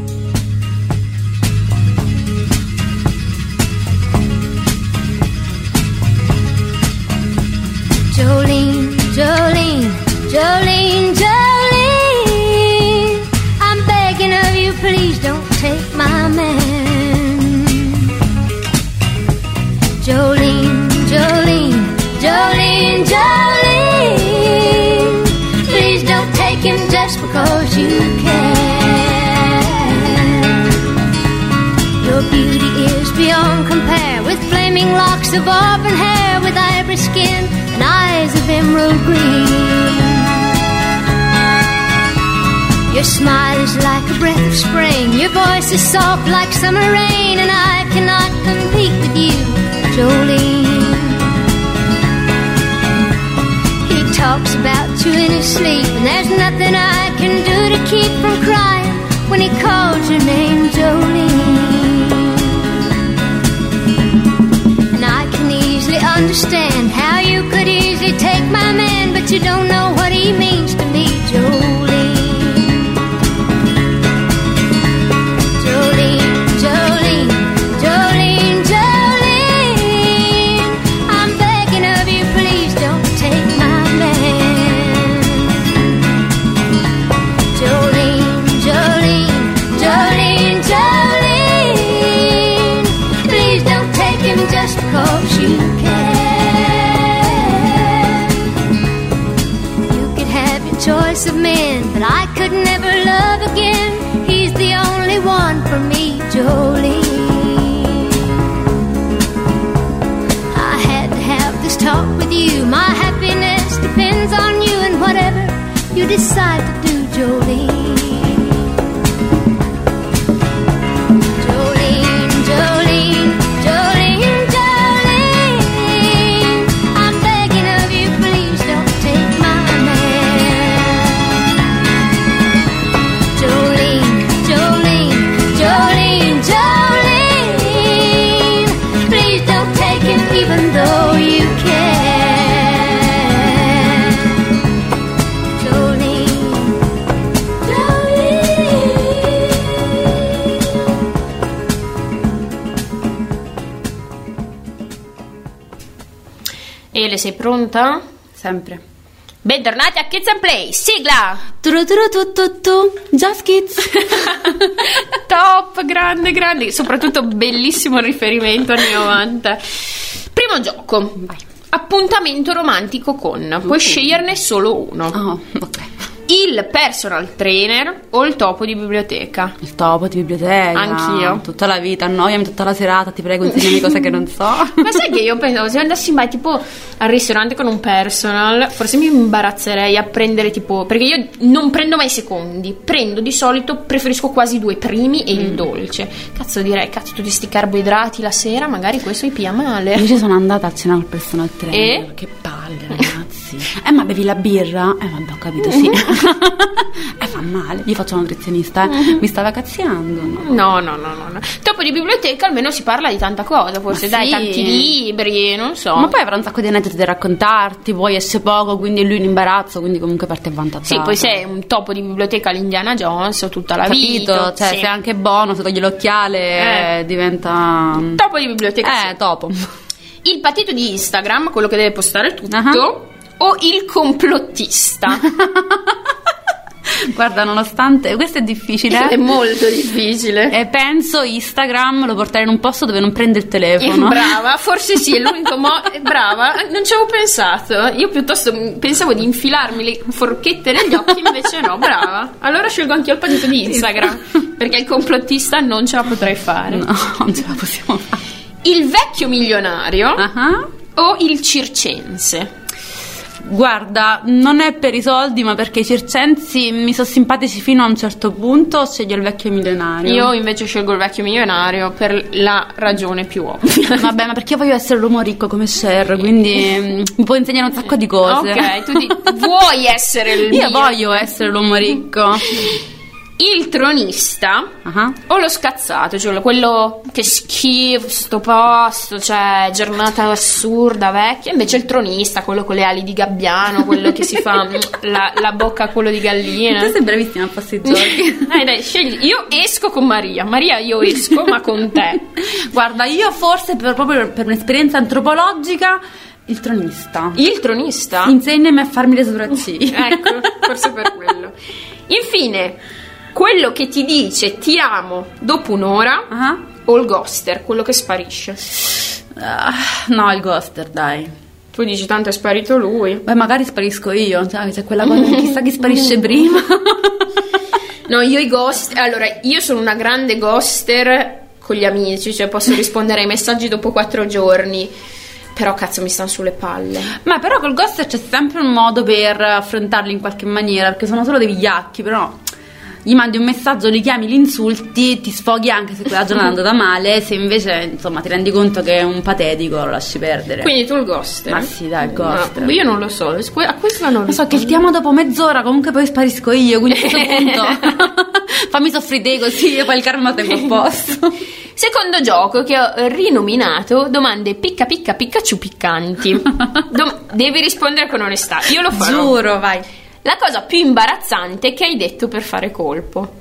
Jolene, Jolene, Jolene, Jolene, I'm begging of you, please don't take my man. Jolene, Jolene, Jolene, Jolene, please don't take him just because you can. Your beauty is beyond compare, with flaming locks of auburn hair, with ivory skin and eyes of emerald green. Your smile is like a breath of spring, your voice is soft like summer rain, and I cannot compete with you, Jolene. He talks about you in his sleep, and there's nothing I can do to keep from crying when he calls your name, Jolene. And I can easily understand how you could easily take my man, but you don't know what he means to me, Jolene. Of men, but I could never love again. He's the only one for me, Jolene. I had to have this talk with you. My happiness depends on you, and whatever you decide to do, Jolene. Jolene, Michele, sei pronta? Sempre. Bentornati a Kids and Play, sigla! Just Kids. Top, grande, soprattutto bellissimo il riferimento anni 90. Primo gioco. Vai. Appuntamento romantico con. Puoi sceglierne solo uno. Oh, ok. Il personal trainer o il topo di biblioteca? Il topo di biblioteca. Anch'io. Tutta la vita, annoiami tutta la serata, ti prego, insegnami cose che non so. Ma sai che io pensavo, se andassi mai tipo al ristorante con un personal, forse mi imbarazzerei a prendere tipo, perché io non prendo mai secondi, prendo di solito, preferisco quasi 2 primi e il dolce. Cazzo, direi, tutti sti carboidrati la sera, magari questo mi pia male. Io ci sono andata a cena col personal trainer. E? Che palle, ragazzi. Ma bevi la birra? Vabbè, ho capito, sì. Fa male. Gli faccio un nutrizionista, mi stava cazziando. No. Topo di biblioteca almeno si parla di tanta cosa, forse Ma dai, sì. tanti libri, non so. Ma poi avrà un sacco di aneddoti da raccontarti, poi esce poco, quindi lui in imbarazzo, quindi comunque parte avvantaggiato. Sì, poi sei un topo di biblioteca all'Indiana Jones tutta la Capito? vita. Cioè, sì. se è anche buono, se togli l'occhiale diventa... Topo di biblioteca. Sì. topo. Il patito di Instagram, quello che deve postare tutto, Uh-huh. o il complottista? Guarda, nonostante questo è difficile. È molto difficile. E penso Instagram lo portare in un posto dove non prende il telefono. Brava, forse sì, è l'unico modo. Brava, non ci avevo pensato. Io piuttosto pensavo di infilarmi le forchette negli occhi, invece no, brava. Allora scelgo anch'io il patito di Instagram, perché il complottista non ce la potrei fare. No, non ce la possiamo fare. Il vecchio milionario Uh-huh. o il circense? Guarda, non è per i soldi, ma perché i circensi mi sono simpatici fino a un certo punto. Sceglio il vecchio milionario. Io invece scelgo il vecchio milionario per la ragione più ovvia. Vabbè, ma perché io voglio essere l'uomo ricco come Cher, quindi mi può insegnare un sacco di cose. Ok, tu vuoi essere il Io voglio essere l'uomo ricco. Il tronista Uh-huh. o lo scazzato, cioè quello che schifo sto posto, cioè giornata assurda, vecchia. Invece il tronista, quello con le ali di gabbiano, quello che si fa la bocca a quello di gallina. Tu sei bravissima a fare i giochi. Dai, scegli. Io esco con Maria, io esco, ma con te. Guarda, io forse proprio per un'esperienza antropologica, il tronista. Il tronista? Insegnami a farmi le sopracciglia. Ecco, forse per quello. Infine, quello che ti dice ti amo dopo un'ora Uh-huh. o il ghoster, quello che sparisce. No, il ghoster, dai. Tu dici tanto è sparito lui. Beh, magari sparisco io, cioè, c'è quella cosa che chissà chi sparisce prima. No, io i ghost. Allora, io sono una grande ghoster con gli amici, cioè posso rispondere ai messaggi dopo 4 giorni. Però cazzo mi stanno sulle palle. Ma però col ghoster c'è sempre un modo per affrontarli in qualche maniera, perché sono solo dei vigliacchi, però gli mandi un messaggio, li chiami, li insulti, ti sfoghi anche se quella giornata è andata male. Se invece insomma ti rendi conto che è un patetico, lo lasci perdere. Quindi tu il ghoster? Ma sì, dai, il ghoster. No, io non lo so, a questo non Lo so che il ti amo dopo mezz'ora, comunque poi sparisco io, quindi a questo punto fammi soffrire te così io poi il karma tengo a posto. Secondo gioco che ho rinominato domande picca picca Pikachu piccanti. Devi rispondere con onestà. Io lo farò. Giuro, vai. La cosa più imbarazzante che hai detto per fare colpo.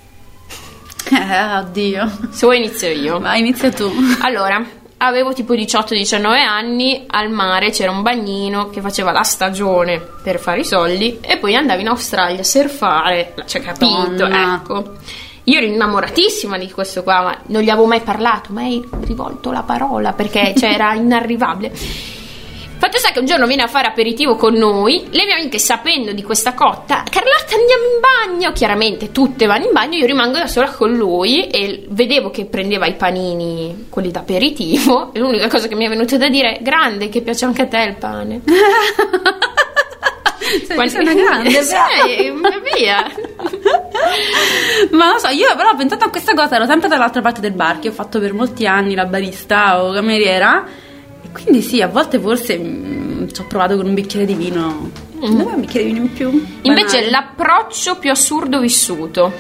Oddio. Se vuoi inizio io. Vai, inizia tu. Allora, avevo tipo 18-19 anni, al mare c'era un bagnino che faceva la stagione per fare i soldi e poi andavi in Australia a surfare, cioè capito, Madonna. ecco. Io ero innamoratissima di questo qua, ma non gli avevo mai parlato, mai rivolto la parola perché cioè, era inarrivabile. Fatto sta che un giorno viene a fare aperitivo con noi, le mie amiche sapendo di questa cotta, Carlotta andiamo in bagno, chiaramente tutte vanno in bagno, io rimango da sola con lui e vedevo che prendeva i panini, quelli d'aperitivo, e l'unica cosa che mi è venuta da dire è grande, che piace anche a te il pane. Sei una grande, sì, via. Ma non so, io però ho pensato a questa cosa, ero sempre dall'altra parte del bar, che ho fatto per molti anni la barista o cameriera, e quindi sì, a volte forse ci ho provato con un bicchiere di vino. Dove un bicchiere di vino in più? Invece Banale. l'approccio più assurdo vissuto.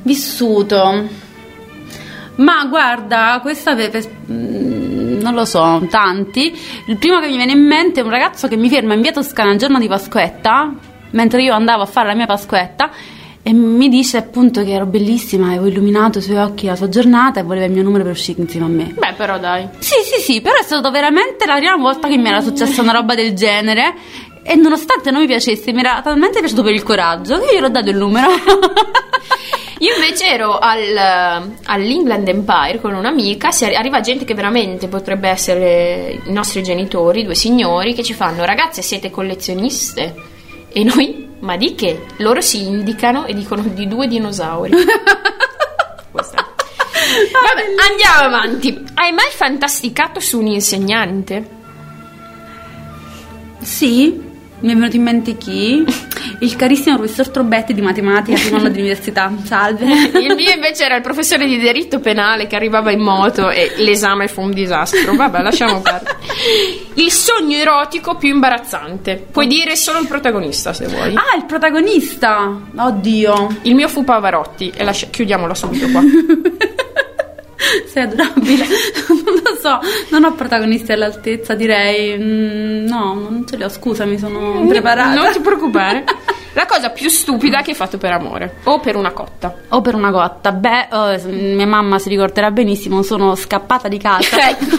Ma guarda, questa non lo so, tanti. Il primo che mi viene in mente è un ragazzo che mi ferma in via Toscana il giorno di Pasquetta, mentre io andavo a fare la mia Pasquetta, e mi dice appunto che ero bellissima, avevo illuminato i suoi occhi la sua giornata e voleva il mio numero per uscire insieme a me. Beh, però dai. Sì, però è stato veramente la prima volta che mi era successa una roba del genere, e nonostante non mi piacesse mi era talmente piaciuto per il coraggio che io gli ho dato il numero. Io invece ero all'England Empire con un'amica, arriva gente che veramente potrebbe essere i nostri genitori, 2 signori, che ci fanno: ragazze, siete collezioniste? E noi, ma di che? Loro si indicano e dicono di 2 dinosauri. Vabbè, andiamo avanti. Hai mai fantasticato su un insegnante? Sì, mi è venuto in mente chi? Il carissimo professor Trobetti di matematica, primo anno di università. Salve. Il mio invece era il professore di diritto penale che arrivava in moto e l'esame fu un disastro. Vabbè, lasciamo perdere. Il sogno erotico più imbarazzante. Puoi dire solo il protagonista se vuoi. Ah, il protagonista. Oddio. Il mio fu Pavarotti e chiudiamola subito qua. Sei adorabile. Non lo so, non ho protagonisti all'altezza, direi. No, non ce li ho, scusami, sono preparata. Non ti preoccupare. La cosa più stupida che hai fatto per amore o per una cotta? O per una cotta. Beh, mia mamma si ricorderà benissimo, sono scappata di casa. Ecco.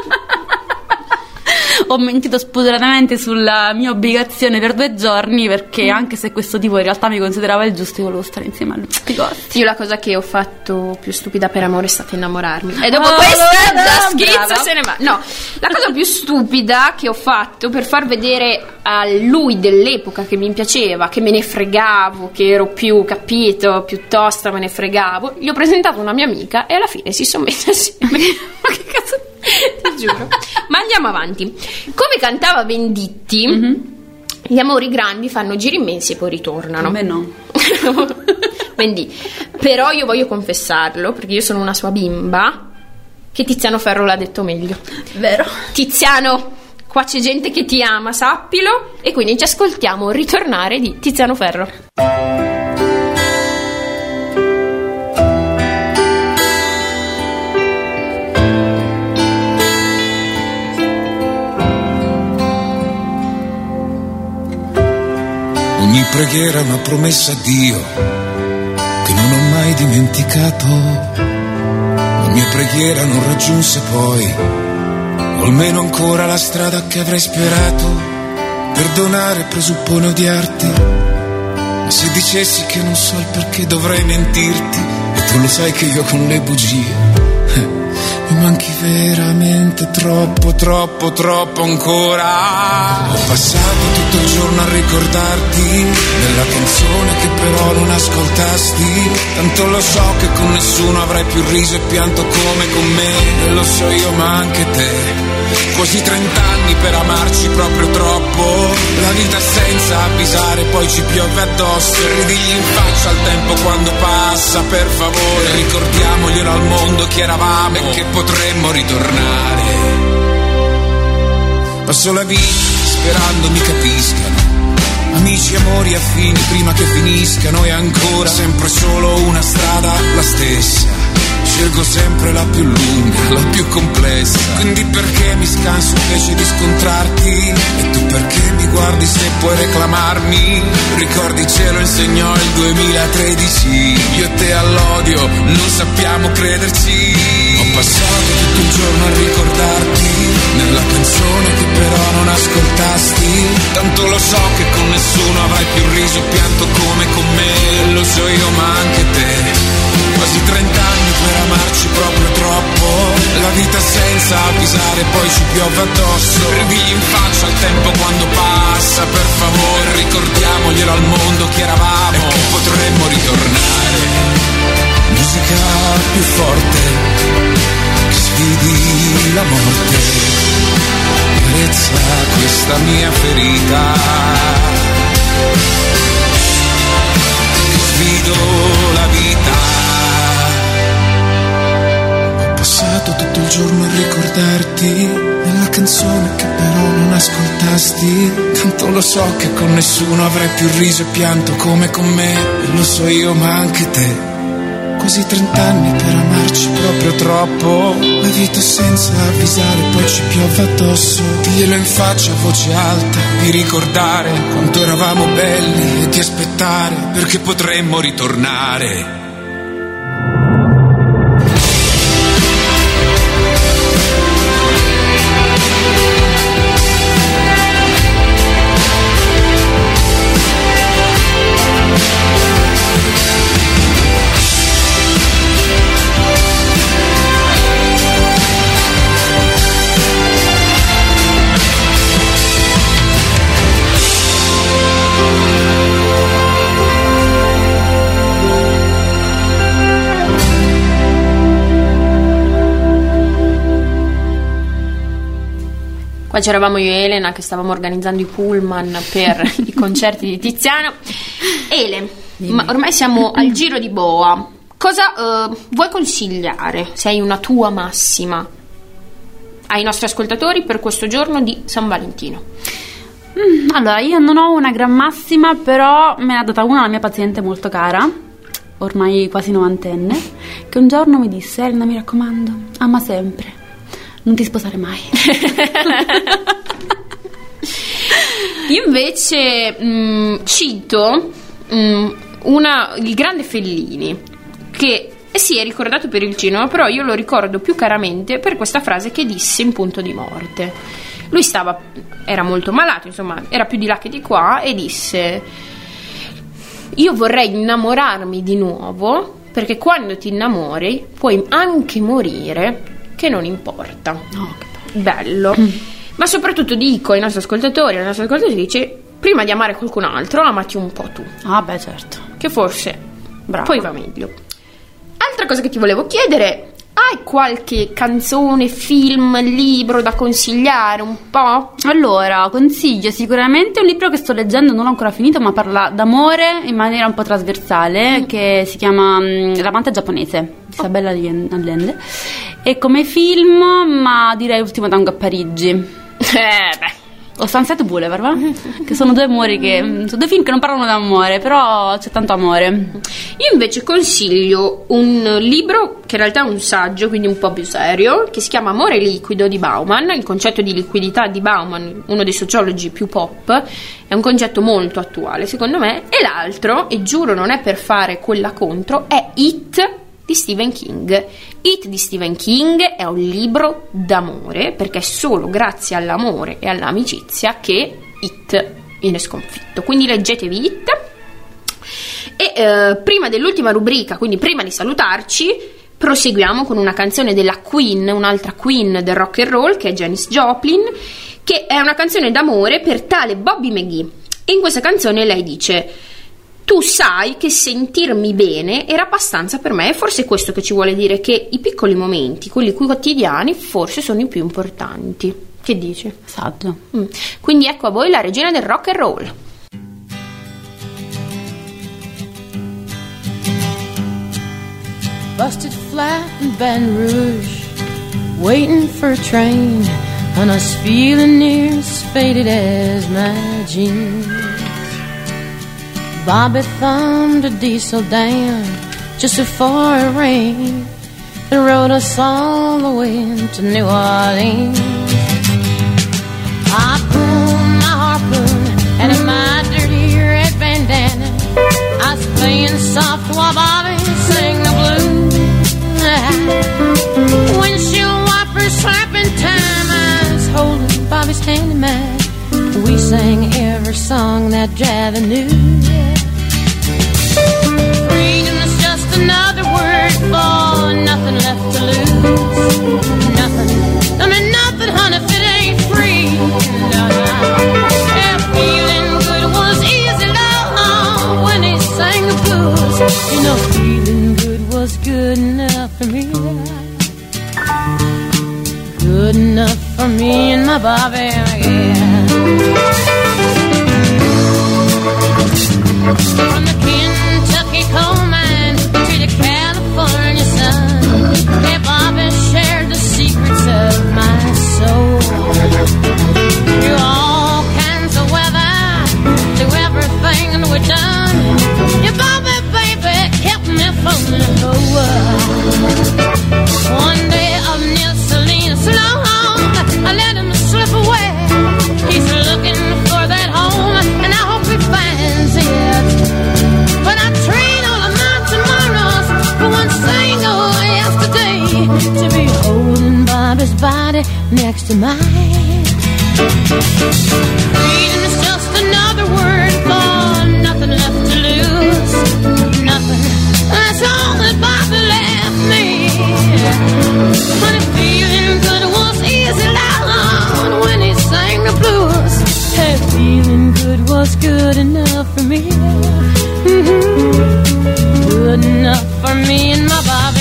Ho mentito spudoratamente sulla mia obbligazione per 2 giorni, perché anche se questo tipo in realtà mi considerava il giusto, io volevo stare insieme a lui tutti i costi. Io la cosa che ho fatto più stupida per amore è stata innamorarmi. E dopo questa da schizzo se ne va. No, la cosa più stupida che ho fatto per far vedere a lui dell'epoca che mi piaceva, che me ne fregavo, che ero più, capito, più tosta, me ne fregavo, gli ho presentato una mia amica e alla fine si sono messe assieme. Ma che cazzo, ti giuro. Ma andiamo avanti. Come cantava Venditti, gli amori grandi fanno giri immensi e poi ritornano. A me no. Quindi, però io voglio confessarlo, perché io sono una sua bimba, che Tiziano Ferro l'ha detto meglio. Vero. Tiziano, qua c'è gente che ti ama, sappilo. E quindi ci ascoltiamo Ritornare di Tiziano Ferro. Ogni preghiera è una promessa a Dio che non ho mai dimenticato. La mia preghiera non raggiunse poi, o almeno ancora la strada che avrei sperato. Perdonare presuppone odiarti, ma se dicessi che non so il perché dovrei mentirti, e tu lo sai che io con le bugie mi manchi veramente troppo, troppo, troppo ancora. Ho passato tutto il giorno a ricordarti della canzone che però non ascoltasti. Tanto lo so che con nessuno avrai più riso e pianto come con me. E lo so io ma anche te. Quasi 30 anni per amarci proprio troppo. La vita senza avvisare poi ci piove addosso. Ridigli in faccia al tempo quando passa, per favore. Ricordiamoglielo al mondo chi eravamo e che potremmo ritornare. Passo la vita sperando mi capiscano, amici, amori, affini prima che finiscano. E ancora sempre solo una strada, la stessa. Scelgo sempre la più lunga, la più complessa. Quindi perché mi scanso invece di scontrarti? E tu perché mi guardi se puoi reclamarmi? Ricordi ce lo insegnò il 2013. Io e te all'odio non sappiamo crederci. Ho passato tutto il giorno a ricordarti nella canzone che però non ascoltasti. Tanto lo so che con nessuno avrai più riso e pianto come con me. Lo so io ma anche te. Quasi 30 anni per amarci proprio troppo. La vita senza avvisare poi ci piove addosso. Ridigli in faccia al tempo quando passa, per favore. Ricordiamoglielo al mondo chi eravamo e che potremmo ritornare. Musica più forte che sfidi la morte. Carezza questa mia ferita che sfido la vita. Ho passato tutto il giorno a ricordarti nella canzone che però non ascoltasti. Tanto lo so che con nessuno avrai più riso e pianto come con me. E lo so io ma anche te. Quasi 30 anni per amarci proprio troppo. La vita senza avvisare poi ci piove addosso. Diglielo in faccia a voce alta di ricordare quanto eravamo belli e di aspettare perché potremmo ritornare. Qua c'eravamo io e Elena che stavamo organizzando i pullman per i concerti di Tiziano. Ele, ma ormai siamo al giro di boa. Cosa vuoi consigliare, se hai una tua massima, ai nostri ascoltatori per questo giorno di San Valentino? Allora, io non ho una gran massima, però me ne ha data una la mia paziente molto cara, ormai quasi novantenne, che un giorno mi disse: Elena, mi raccomando, ama sempre, non ti sposare mai. Io invece cito il grande Fellini, che si è ricordato per il cinema, però io lo ricordo più caramente per questa frase che disse in Punto di morte. Lui era molto malato, insomma, era più di là che di qua, e disse: io vorrei innamorarmi di nuovo, perché quando ti innamori puoi anche morire, che non importa. Oh, che bello. Ma soprattutto dico ai nostri ascoltatori, alle nostre ascoltatrici, prima di amare qualcun altro, amati un po' tu. Ah beh, certo. Che forse Brava. Poi va meglio. Altra cosa che ti volevo chiedere: hai qualche canzone, film, libro da consigliare un po'? Allora, consiglio sicuramente un libro che sto leggendo, non l'ho ancora finito, ma parla d'amore in maniera un po' trasversale, che si chiama L'amante giapponese di Isabella Allende. E come film, ma direi Ultimo tango a Parigi. O Sunset Boulevard, va? Che sono due amori sono due film che non parlano d'amore, però c'è tanto amore. Io invece consiglio un libro che in realtà è un saggio, quindi un po' più serio, che si chiama Amore liquido di Bauman. Il concetto di liquidità di Bauman, uno dei sociologi più pop, è un concetto molto attuale secondo me. E l'altro, e giuro non è per fare quella contro, è It di Stephen King. It di Stephen King è un libro d'amore, perché è solo grazie all'amore e all'amicizia che It viene sconfitto. Quindi leggetevi It. E prima dell'ultima rubrica, quindi prima di salutarci, proseguiamo con una canzone della Queen, un'altra Queen del rock and roll, che è Janis Joplin, che è una canzone d'amore per tale Bobby McGee. E in questa canzone lei dice: tu sai che sentirmi bene era abbastanza per me. E forse è questo che ci vuole dire, che i piccoli momenti, quelli quotidiani, forse sono i più importanti. Che dici? Saggio. Quindi ecco a voi la regina del rock and roll. Busted flat in Baton Rouge, waiting for a train, and I was feeling near as faded as my jeans. Bobby thumbed a diesel down just before it rained and rode us all the way to New Orleans. I pulled my harpoon and in my dirty red bandana I was playing soft while Bobby sang the blues. Windshield wipers slapping time, I was holding Bobby's hand in mine. We sang every song that Javi knew. Freedom is just another word for nothing left to lose. Nothing, don't mean nothing, honey, if it ain't free. No, no. Yeah, feeling good was easy, love, when he sang the blues. You know, feeling good was good enough for me. Good enough for me and my Bobby, yeah. From the Kentucky coal mine to the California sun, yeah, Bobby shared the secrets of my soul. Through all kinds of weather, through everything that we've done, yeah, Bobby, baby, kept me from the whole. One day of near Salinas, long, I let him slip away. body next to mine. Freedom is just another word for nothing left to lose. Nothing, that's all that Bobby left me. When feeling good was easy down when he sang the blues. Hey, feeling good was good enough for me. Good enough for me and my Bobby.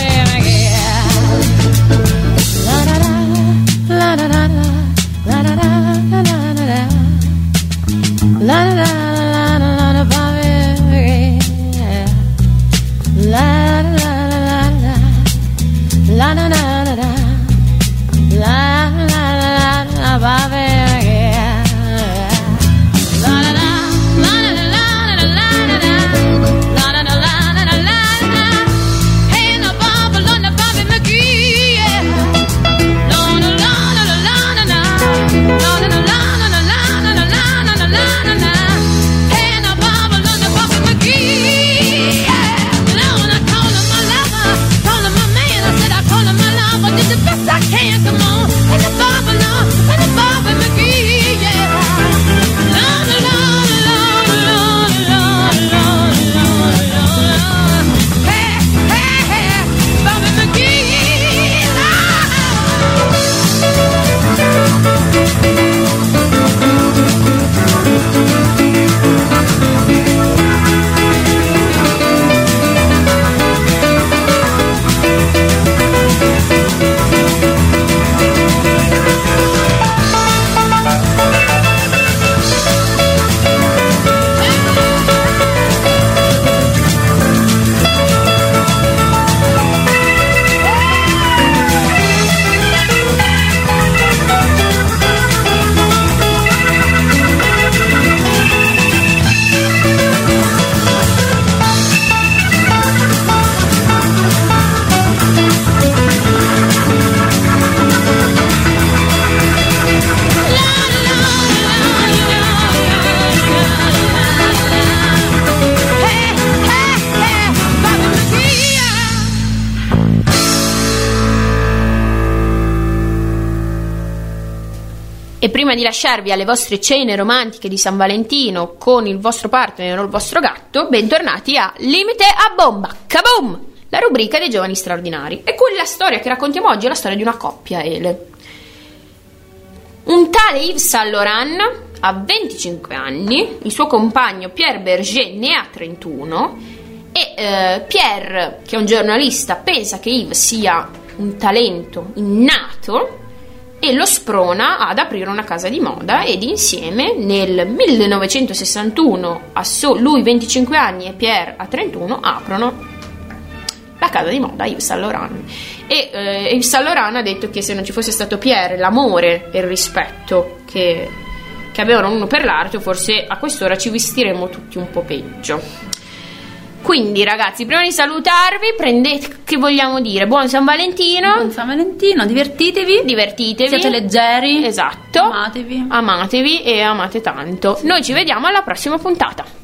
La da da da, la da da da da da da, la da da da da da, Bobby. La da da da da, la da da da da, la da da da, Bobby. E prima di lasciarvi alle vostre cene romantiche di San Valentino con il vostro partner o il vostro gatto, bentornati a Limite a Bomba, Kaboom! La rubrica dei giovani straordinari. E quella storia che raccontiamo oggi è la storia di una coppia, Ele. Un tale Yves Saint Laurent ha 25 anni, il suo compagno Pierre Berger ne ha 31 e Pierre, che è un giornalista, pensa che Yves sia un talento innato e lo sprona ad aprire una casa di moda ed insieme nel 1961, lui 25 anni e Pierre a 31, aprono la casa di moda Yves Saint Laurent. E Yves Saint Laurent ha detto che se non ci fosse stato Pierre, l'amore e il rispetto che avevano uno per l'altro, forse a quest'ora ci vestiremmo tutti un po' peggio. Quindi ragazzi, prima di salutarvi, prendete, che vogliamo dire, buon San Valentino. Buon San Valentino, divertitevi, siate leggeri, esatto, amatevi e amate tanto. Noi ci vediamo alla prossima puntata.